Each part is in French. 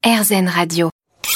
RZN Radio.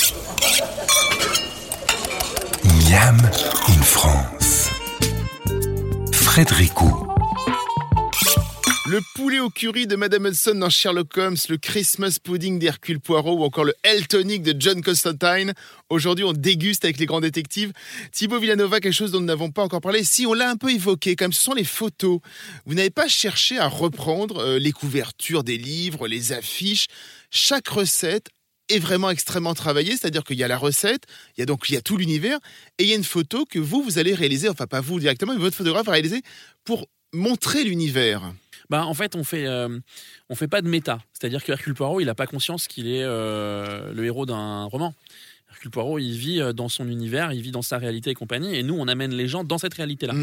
Miam in France. Frédéricot. Le poulet au curry de Madame Hudson dans Sherlock Holmes, le Christmas pudding d'Hercule Poirot ou encore le Hell Tonic de John Constantine. Aujourd'hui, on déguste avec les grands détectives. Thibaut Villanova, quelque chose dont nous n'avons pas encore parlé. Si, on l'a un peu évoqué, comme ce sont les photos. Vous n'avez pas cherché à reprendre les couvertures des livres, les affiches. Chaque recette est vraiment extrêmement travaillée, c'est-à-dire qu'il y a la recette, il y a tout l'univers, et il y a une photo que vous allez réaliser, enfin pas vous directement, mais votre photographe va réaliser pour montrer l'univers. En fait, on fait pas de méta. C'est-à-dire que Hercule Poirot, il n'a pas conscience qu'il est le héros d'un roman. Hercule Poirot, il vit dans son univers, il vit dans sa réalité et compagnie, et nous, on amène les gens dans cette réalité-là.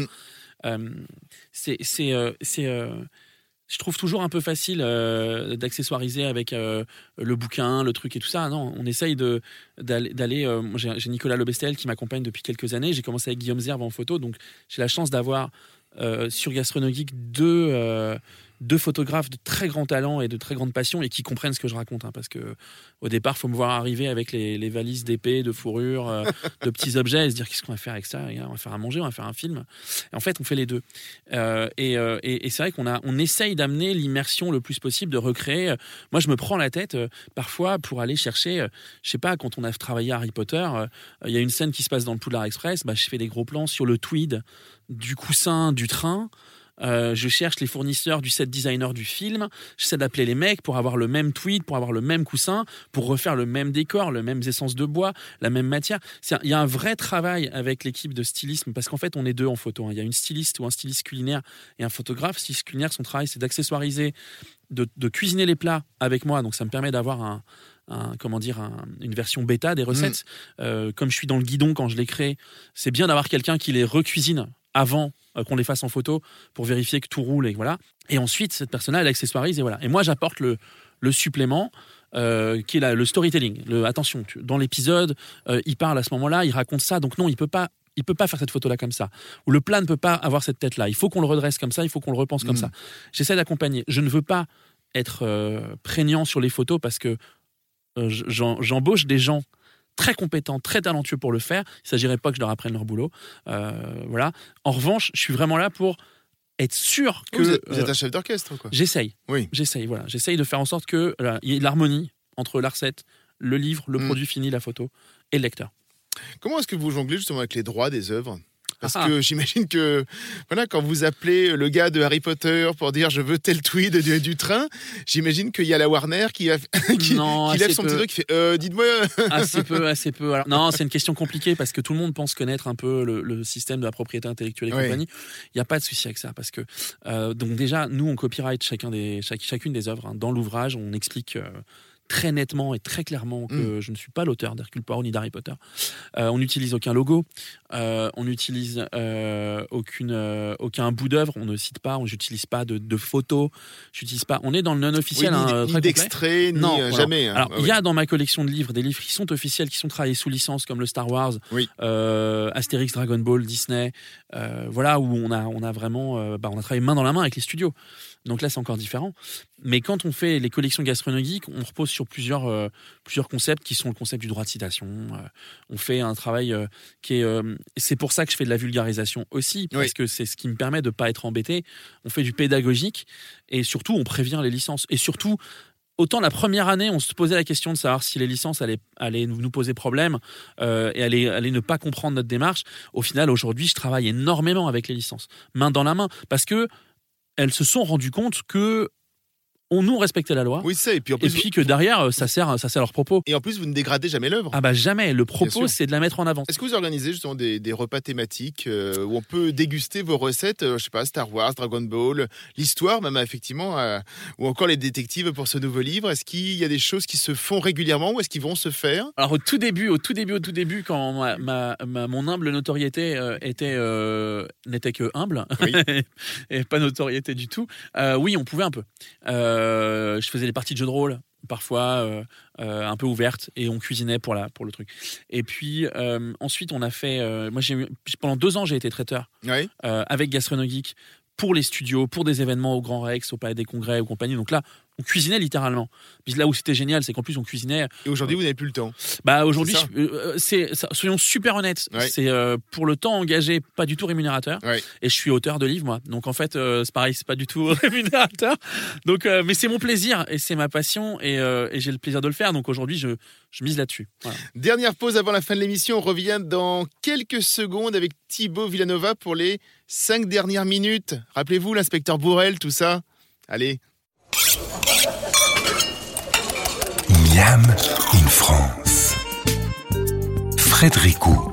Je trouve toujours un peu facile d'accessoiriser avec le bouquin, le truc et tout ça. Non, on essaye d'aller. J'ai Nicolas Lebestel qui m'accompagne depuis quelques années. J'ai commencé avec Guillaume Zerbe en photo, donc j'ai la chance d'avoir sur Gastronogeek deux photographes de très grand talent et de très grande passion et qui comprennent ce que je raconte, parce que au départ, faut me voir arriver avec les valises d'épée, de fourrure, de petits objets et se dire qu'est-ce qu'on va faire avec ça, on va faire à manger, on va faire un film. Et en fait, on fait les deux. Et c'est vrai qu'on essaye d'amener l'immersion le plus possible, de recréer. Moi, je me prends la tête parfois pour aller chercher, je sais pas, quand on a travaillé à Harry Potter, il y a une scène qui se passe dans le Poudlard Express, je fais des gros plans sur le tweed du coussin du train. Je cherche les fournisseurs du set designer du film, j'essaie d'appeler les mecs pour avoir le même tweed, pour avoir le même coussin, pour refaire le même décor, les mêmes essences de bois, la même matière. Il y a un vrai travail avec l'équipe de stylisme, parce qu'en fait on est deux en photo. Il y a une styliste ou un styliste culinaire et un photographe. Styliste culinaire, son travail c'est d'accessoiriser, de cuisiner les plats avec moi, donc ça me permet d'avoir une version bêta des recettes. Comme je suis dans le guidon quand je les crée, c'est bien d'avoir quelqu'un qui les recuisine avant qu'on les fasse en photo pour vérifier que tout roule et voilà. Et ensuite, cette personne-là, elle accessoirise et voilà. Et moi, j'apporte le supplément qui est le storytelling. Attention, dans l'épisode, il parle à ce moment-là, il raconte ça. Donc non, il peut pas faire cette photo-là comme ça. Ou le plat ne peut pas avoir cette tête-là. Il faut qu'on le redresse comme ça, il faut qu'on le repense comme ça. J'essaie d'accompagner. Je ne veux pas être prégnant sur les photos parce que j'embauche des gens très compétents, très talentueux pour le faire. Il ne s'agirait pas que je leur apprenne leur boulot. Voilà. En revanche, je suis vraiment là pour être sûr que... Vous êtes un chef d'orchestre, quoi. J'essaye. Oui. J'essaye de faire en sorte qu'il y ait l'harmonie entre la recette, le livre, le produit fini, la photo et le lecteur. Comment est-ce que vous jonglez justement avec les droits des œuvres ? Parce que j'imagine que quand vous appelez le gars de Harry Potter pour dire je veux tel tweed du train, j'imagine qu'il y a la Warner qui lève son petit doigt qui fait dites-moi. Assez peu. Alors, non, c'est une question compliquée parce que tout le monde pense connaître un peu le système de la propriété intellectuelle et compagnie. Il n'y a pas de souci avec ça parce que donc déjà nous on copyright chacune des œuvres. Dans l'ouvrage, on explique très nettement et très clairement que je ne suis pas l'auteur d'Hercule Poirot ni d'Harry Potter. On n'utilise aucun logo, on n'utilise aucun bout d'œuvre, on ne cite pas, j'utilise pas de photos, j'utilise pas. On est dans le non officiel, ni d'extrait, ni jamais. Alors il y a dans ma collection de livres des livres qui sont officiels, qui sont travaillés sous licence comme le Star Wars, Astérix, Dragon Ball, Disney, où on a vraiment, on a travaillé main dans la main avec les studios. Donc là, c'est encore différent. Mais quand on fait les collections gastronomiques, on repose sur plusieurs concepts qui sont le concept du droit de citation. On fait un travail qui est... c'est pour ça que je fais de la vulgarisation aussi, parce que c'est ce qui me permet de ne pas être embêté. On fait du pédagogique et surtout, on prévient les licences. Et surtout, autant la première année, on se posait la question de savoir si les licences allaient nous poser problème et allaient ne pas comprendre notre démarche. Au final, aujourd'hui, je travaille énormément avec les licences, main dans la main, parce que elles se sont rendues compte que nous respectait la loi. Oui, c'est. Et puis que derrière, ça sert leur propos. Et en plus, vous ne dégradez jamais l'œuvre. Jamais. Le propos, c'est de la mettre en avant. Est-ce que vous organisez justement des repas thématiques où on peut déguster vos recettes, je sais pas, Star Wars, Dragon Ball, l'histoire même effectivement, ou encore les détectives pour ce nouveau livre. Est-ce qu'il y a des choses qui se font régulièrement ou est-ce qu'ils vont se faire ? Alors au tout début, quand mon humble notoriété n'était que humble, et pas notoriété du tout. Oui, on pouvait un peu. Je faisais des parties de jeux de rôle parfois un peu ouvertes et on cuisinait pour le truc. Et puis ensuite on a fait pendant 2 ans j'ai été traiteur avec Gastronogeek pour les studios, pour des événements au Grand Rex, au Palais des Congrès ou compagnie. Donc là on cuisinait littéralement. Puis là où c'était génial, c'est qu'en plus on cuisinait. Et aujourd'hui, vous n'avez plus le temps. Bah aujourd'hui, C'est soyons super honnêtes, Ouais. c'est pour le temps engagé, pas du tout rémunérateur. Ouais. Et je suis auteur de livres, moi. Donc en fait, c'est pareil, c'est pas du tout rémunérateur. Donc, mais c'est mon plaisir et c'est ma passion et j'ai le plaisir de le faire. Donc aujourd'hui, je mise là-dessus. Voilà. Dernière pause avant la fin de l'émission. On revient dans quelques secondes avec Thibaut Villanova pour les 5 dernières minutes. Rappelez-vous, l'inspecteur Bourrel, tout ça. Allez. Miam in France. Frédéric Roux.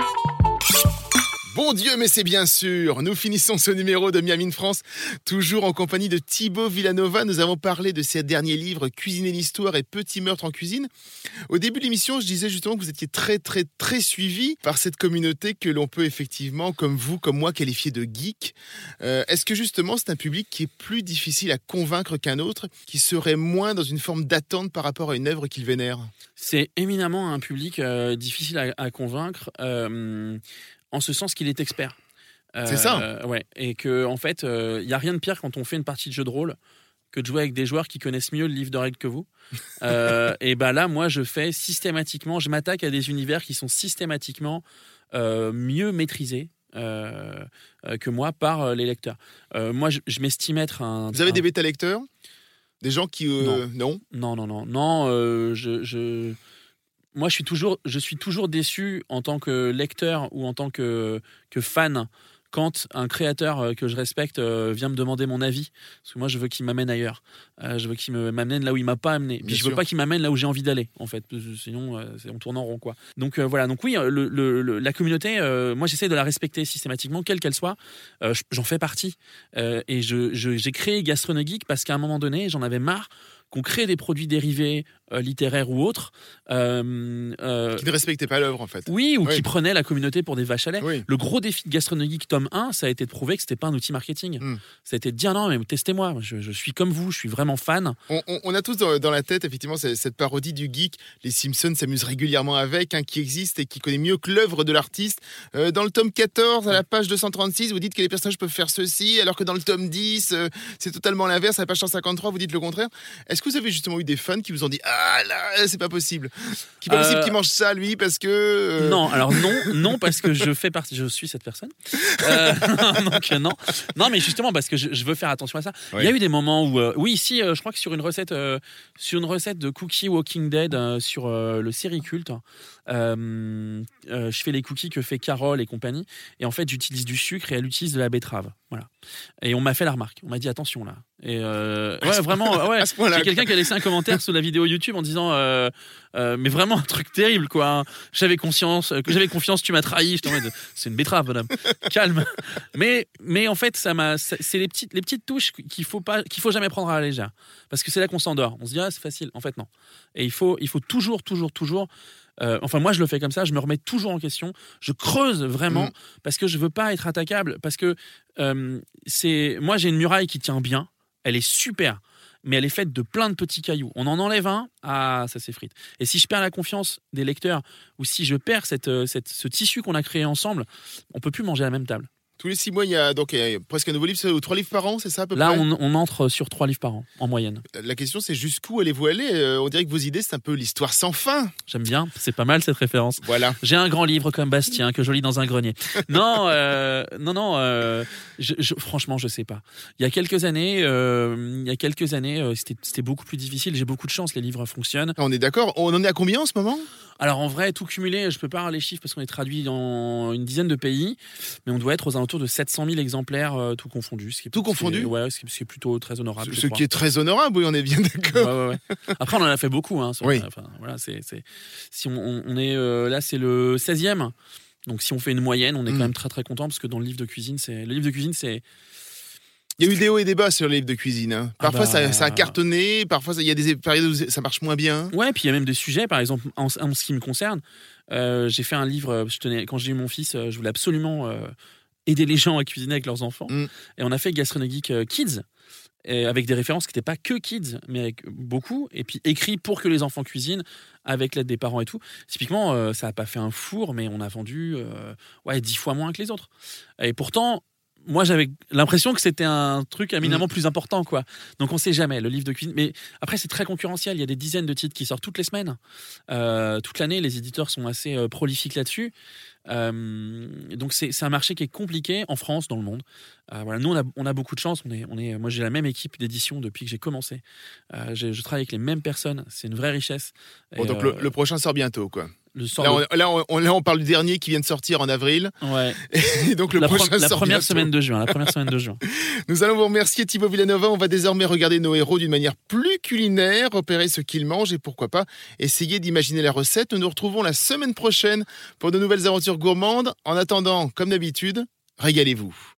Bon Dieu, mais c'est bien sûr. Nous finissons ce numéro de Miam in France, toujours en compagnie de Thibaut Villanova. Nous avons parlé de ses derniers livres, Cuisiner l'histoire et Petits meurtres en cuisine. Au début de l'émission, je disais justement que vous étiez très, très, très suivi par cette communauté que l'on peut effectivement, comme vous, comme moi, qualifier de geek. Est-ce que justement, c'est un public qui est plus difficile à convaincre qu'un autre, qui serait moins dans une forme d'attente par rapport à une œuvre qu'il vénère ? C'est éminemment un public difficile à convaincre. En ce sens qu'il est expert. C'est ça. Ouais. Et que en fait, il y a rien de pire quand on fait une partie de jeu de rôle que de jouer avec des joueurs qui connaissent mieux le livre de règles que vous. Et ben là, moi, je m'attaque à des univers qui sont systématiquement mieux maîtrisés que moi par les lecteurs. Moi, je m'estime être un. Vous avez des bêta-lecteurs ? Des gens qui... Non. Non. Moi, je suis toujours déçu en tant que lecteur ou en tant que fan quand un créateur que je respecte vient me demander mon avis. Parce que moi, je veux qu'il m'amène ailleurs. Je veux qu'il m'amène là où il m'a pas amené. Puis je veux pas qu'il m'amène là où j'ai envie d'aller, en fait. Sinon, on tourne en rond, quoi. Donc voilà. Donc oui, la communauté, moi, j'essaie de la respecter systématiquement, quelle qu'elle soit. J'en fais partie. Et j'ai créé Gastronogeek parce qu'à un moment donné, j'en avais marre qu'on crée des produits dérivés littéraires ou autres. Qui ne respectaient pas l'œuvre, en fait. Oui, ou qui prenaient la communauté pour des vaches à lait. Oui. Le gros défi de Gastronogeek tome 1, ça a été de prouver que c'était pas un outil marketing. Ça a été de dire non, mais testez-moi, je suis comme vous, je suis vraiment fan. On a tous dans la tête, effectivement, cette parodie du geek. Les Simpsons s'amusent régulièrement avec, qui existe et qui connaît mieux que l'œuvre de l'artiste. Dans le tome 14, à la page 236, vous dites que les personnages peuvent faire ceci, alors que dans le tome 10, c'est totalement l'inverse. À la page 153, vous dites le contraire. Est-ce que vous avez justement eu des fans qui vous ont dit « Ah là, c'est pas possible. C'est pas possible qu'il mange ça, lui, parce que... Non, alors non, parce que je suis cette personne. Donc non, mais justement parce que je veux faire attention à ça. Oui. Il y a eu des moments où, ici, je crois que sur une recette de cookies Walking Dead sur le série culte, je fais les cookies que fait Carole et compagnie, et en fait j'utilise du sucre et elle utilise de la betterave. Voilà. Et on m'a fait la remarque. On m'a dit attention là. Et vraiment, ouais. J'ai quelqu'un qui a laissé un commentaire sous la vidéo YouTube en disant mais vraiment un truc terrible quoi. J'avais confiance, tu m'as trahi. Je t'en mode, c'est une betterave, madame. Calme. Mais en fait c'est les petites touches qu'il faut jamais prendre à la légère, parce que c'est là qu'on s'endort. On se dit c'est facile. En fait non. Et il faut toujours enfin moi je le fais comme ça, je me remets toujours en question, je creuse vraiment parce que je veux pas être attaquable, parce que moi j'ai une muraille qui tient bien, elle est super, mais elle est faite de plein de petits cailloux. On en enlève un, ça s'effrite. Et si je perds la confiance des lecteurs, ou si je perds ce tissu qu'on a créé ensemble, on peut plus manger à la même table. Tous les 6 mois, il y a presque un nouveau livre, ou 3 livres par an, c'est ça à peu Là, près ? on entre sur 3 livres par an, en moyenne. La question, c'est jusqu'où allez-vous aller ? On dirait que vos idées, c'est un peu l'histoire sans fin. J'aime bien, c'est pas mal cette référence. Voilà. J'ai un grand livre comme Bastien que je lis dans un grenier. Non, franchement, je sais pas. Il y a quelques années, c'était beaucoup plus difficile. J'ai beaucoup de chance, les livres fonctionnent. On est d'accord. On en est à combien en ce moment ? Alors en vrai, tout cumulé, je peux pas avoir les chiffres parce qu'on est traduit dans une dizaine de pays, mais on doit être aux alentours de 700 000 exemplaires, tout confondu. Tout confondu ? Ouais, ce qui est plutôt très honorable. Ce qui est très honorable, oui, on est bien d'accord. Ouais. Après, on en a fait beaucoup. Oui. Voilà, si on est là, c'est le 16e. Donc si on fait une moyenne, on est quand même très très content, parce que dans le livre de cuisine, c'est Il y a eu des hauts et des bas sur le livre de cuisine. Parfois, ça a cartonné. Parfois, il y a des périodes où ça marche moins bien. Ouais, puis il y a même des sujets. Par exemple, en ce qui me concerne, j'ai fait un livre. Quand j'ai eu mon fils, je voulais absolument aider les gens à cuisiner avec leurs enfants. Et on a fait Gastronogeek Kids, avec des références qui n'étaient pas que kids, mais avec beaucoup. Et puis écrit pour que les enfants cuisinent, avec l'aide des parents et tout. Typiquement, ça n'a pas fait un four, mais on a vendu 10 fois moins que les autres. Et pourtant, moi, j'avais l'impression que c'était un truc éminemment plus important, quoi. Donc, on sait jamais, le livre de cuisine. Mais après, c'est très concurrentiel. Il y a des dizaines de titres qui sortent toutes les semaines. Toute l'année, les éditeurs sont assez prolifiques là-dessus. Donc, c'est un marché qui est compliqué en France, dans le monde. Voilà, nous, on a beaucoup de chance. Moi, j'ai la même équipe d'édition depuis que j'ai commencé. Je travaille avec les mêmes personnes. C'est une vraie richesse. Bon, donc, le prochain sort bientôt, quoi. Là, on parle du dernier qui vient de sortir en avril. Ouais. Et donc, la première semaine de juin. Nous allons vous remercier, Thibaut Villanova. On va désormais regarder nos héros d'une manière plus culinaire, repérer ce qu'ils mangent et pourquoi pas essayer d'imaginer la recette. Nous nous retrouvons la semaine prochaine pour de nouvelles aventures gourmandes. En attendant, comme d'habitude, régalez-vous.